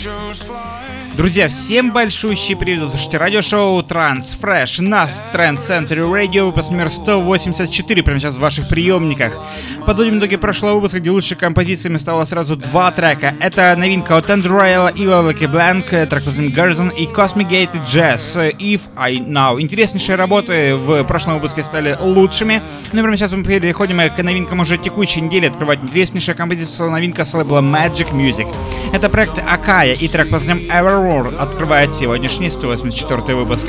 Друзья, всем большущий привет! Слушайте радиошоу Транс Фреш на Trend Center Radio, выпуск номер 184, прямо сейчас в ваших приемниках. Подводим итоги прошлого выпуска, где лучшими композициями стало сразу два трека. Это новинка от Andrew и Lucky Blank, трек под названием Garrison, и Cosmic Gated Jazz, If I Know. Интереснейшие работы в прошлом выпуске стали лучшими. Ну и прямо сейчас мы переходим к новинкам уже текущей недели. Открывать интереснейшая композиция, новинка с лейбла Magic Music. Это проект Акая и трек под названием Everworld открывает сегодняшний 184 выпуск.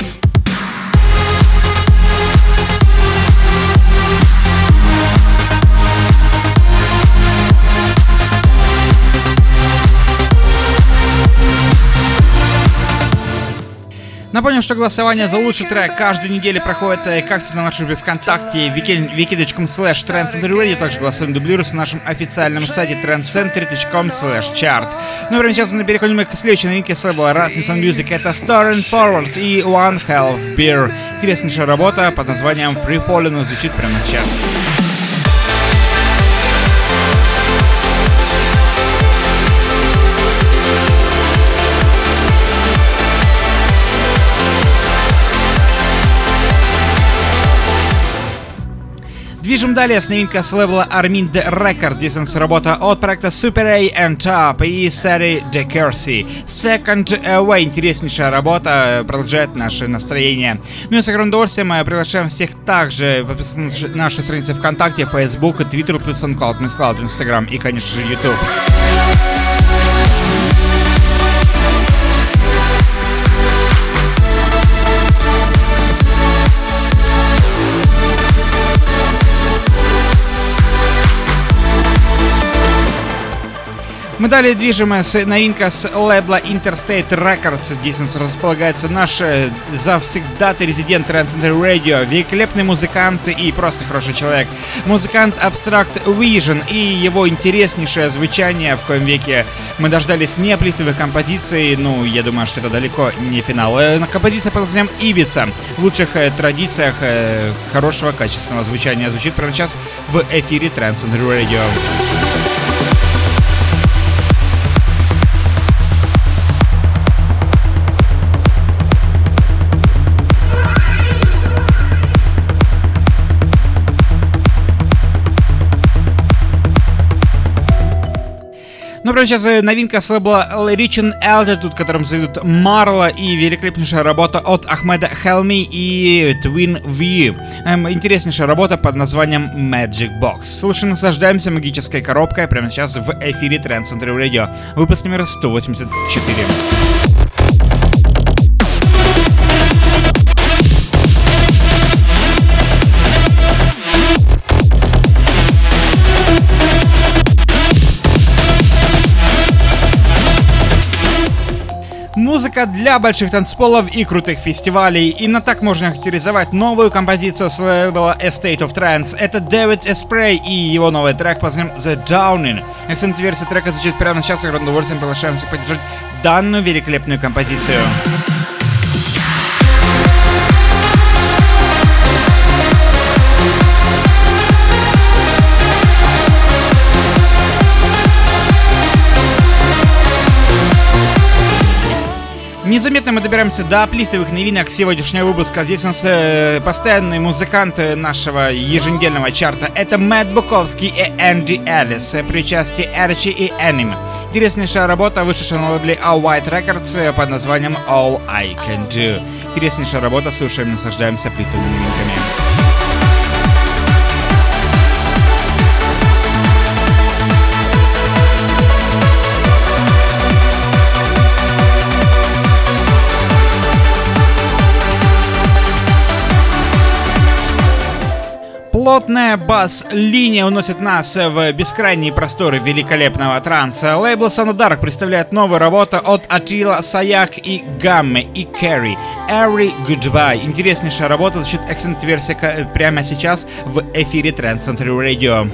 Напомню, что голосование за лучший трек каждую неделю проходит, как всегда, на нашей группе ВКонтакте wiki.com/trendcenterradio. Также голосование дублируется на нашем официальном сайте trendcenter.com/chart. Ну и прямо сейчас мы переходим к следующей новинке с лейбла Rasmussen Music. Это Story Forward и One Hell of Beer. Интереснейшая работа под названием Free Falling звучит прямо сейчас. Движем далее с новинкой с лейбла Armin the Record. Здесь у нас работа от проекта Super A and Top и Сари DeCourcy. Second Away. Интереснейшая работа, продолжает наше настроение. Ну и с огромным удовольствием мы приглашаем всех также подписаться на наши страницы ВКонтакте, Facebook, Twitter, SoundCloud, MissCloud, Instagram и, конечно же, YouTube. Мы далее движем с новинка с лейбла Interstate Records. Здесь у нас располагается наш завсегдатый резидент Trend Center Radio, великолепный музыкант и просто хороший человек. Музыкант Abstract Vision и его интереснейшее звучание, в коем веке мы дождались неоплифтовых композиций. Ну, я думаю, что это далеко не финал. Композиция под названием Ибица. В лучших традициях хорошего качественного звучания звучит прямо сейчас в эфире Trend Center Radio. Ну, прямо сейчас новинка с лейбла Reaching Altitude, которым зовут Марла, и великолепнейшая работа от Ахмеда Хелми и Twin V. Интереснейшая работа под названием Magic Box. Слушаем, наслаждаемся магической коробкой прямо сейчас в эфире Trend Center Radio. Выпуск номер 184. Музыка для больших танцполов и крутых фестивалей. Именно так можно характеризовать новую композицию с лейбла Estate of Trance. Это Дэвид Эспрей и его новый трек под названием The Downing. Акцентная версия трека звучит прямо сейчас, и с огромным удовольствием приглашаем всех поддержать данную великолепную композицию. Незаметно мы добираемся до аплифтовых новинок сегодняшнего выпуска. Здесь у нас постоянные музыканты нашего еженедельного чарта. Это Мэтт Буковский и Энди Эллис при участии Арчи и Эним. Интереснейшая работа, вышедшая на лейбле All White Records под названием All I Can Do. Интереснейшая работа, слушаем, наслаждаемся аплифтовыми новинками. Плотная бас-линия уносит нас в бескрайние просторы великолепного транса. Лейбл Sound Dark представляет новую работу от Атила Саяк и Гамме и Керри. Every Goodbye. Интереснейшая работа, звучит эксцент-версия прямо сейчас в эфире Trend Center Radio.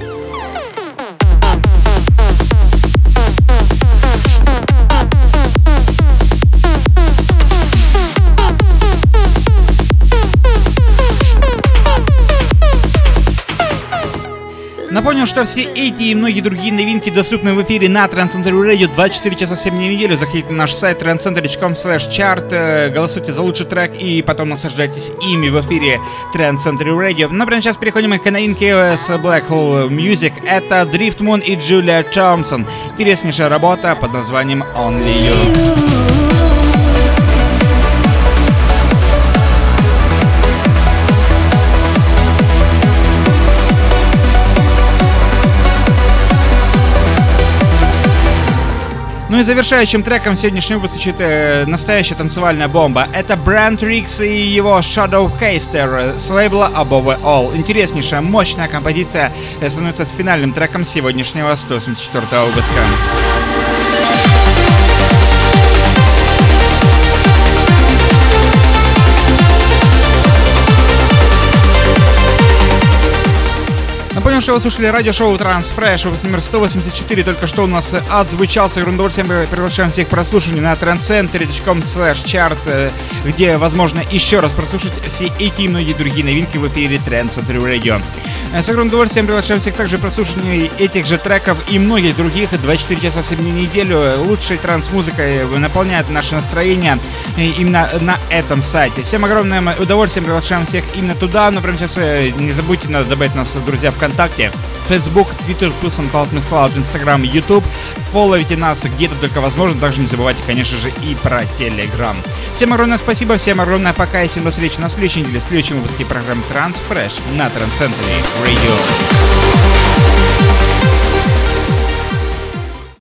Напомню, что все эти и многие другие новинки доступны в эфире на Trance Center Radio 24 часа 7 дней в неделю. Заходите на наш сайт transcenter.com/chart, голосуйте за лучший трек и потом наслаждайтесь ими в эфире Trance Center Radio. Например, сейчас переходим к новинке с Black Hole Music. Это Drift Moon и Джулия Томпсон. Интереснейшая работа под названием Only You. Ну и завершающим треком сегодняшнего выпуска звучит настоящая танцевальная бомба. Это Брент Рикс и его Shadow Caster с лейбла Above All. Интереснейшая, мощная композиция становится финальным треком сегодняшнего 184-го выпуска. Напомню, что вы слушали радиошоу Trance Fresh, выпуск номер 184, только что у нас отзвучал. С огромным удовольствием мы приглашаем всех к прослушиванию на transcenter.com/chart, где возможно еще раз прослушать все эти и многие другие новинки в эфире Trance Center Radio. С огромным удовольствием приглашаем всех также к прослушиванию этих же треков и многих других 24 часа 7 дней в неделю. Лучшей транс-музыкой наполняет наше настроение именно на этом сайте. Всем огромным удовольствием приглашаем всех именно туда. Но прямо сейчас не забудьте добавить нас, друзья, ВКонтакте, Facebook, Twitter, плюс SoundCloud, MixCloud, Instagram, YouTube. Фолловите нас где-то только возможно. Также не забывайте, конечно же, и про Telegram. Всем огромное спасибо, всем огромное пока и всем до встречи на следующей неделе в следующем выпуске программы Trance Fresh на Trance Center Radio.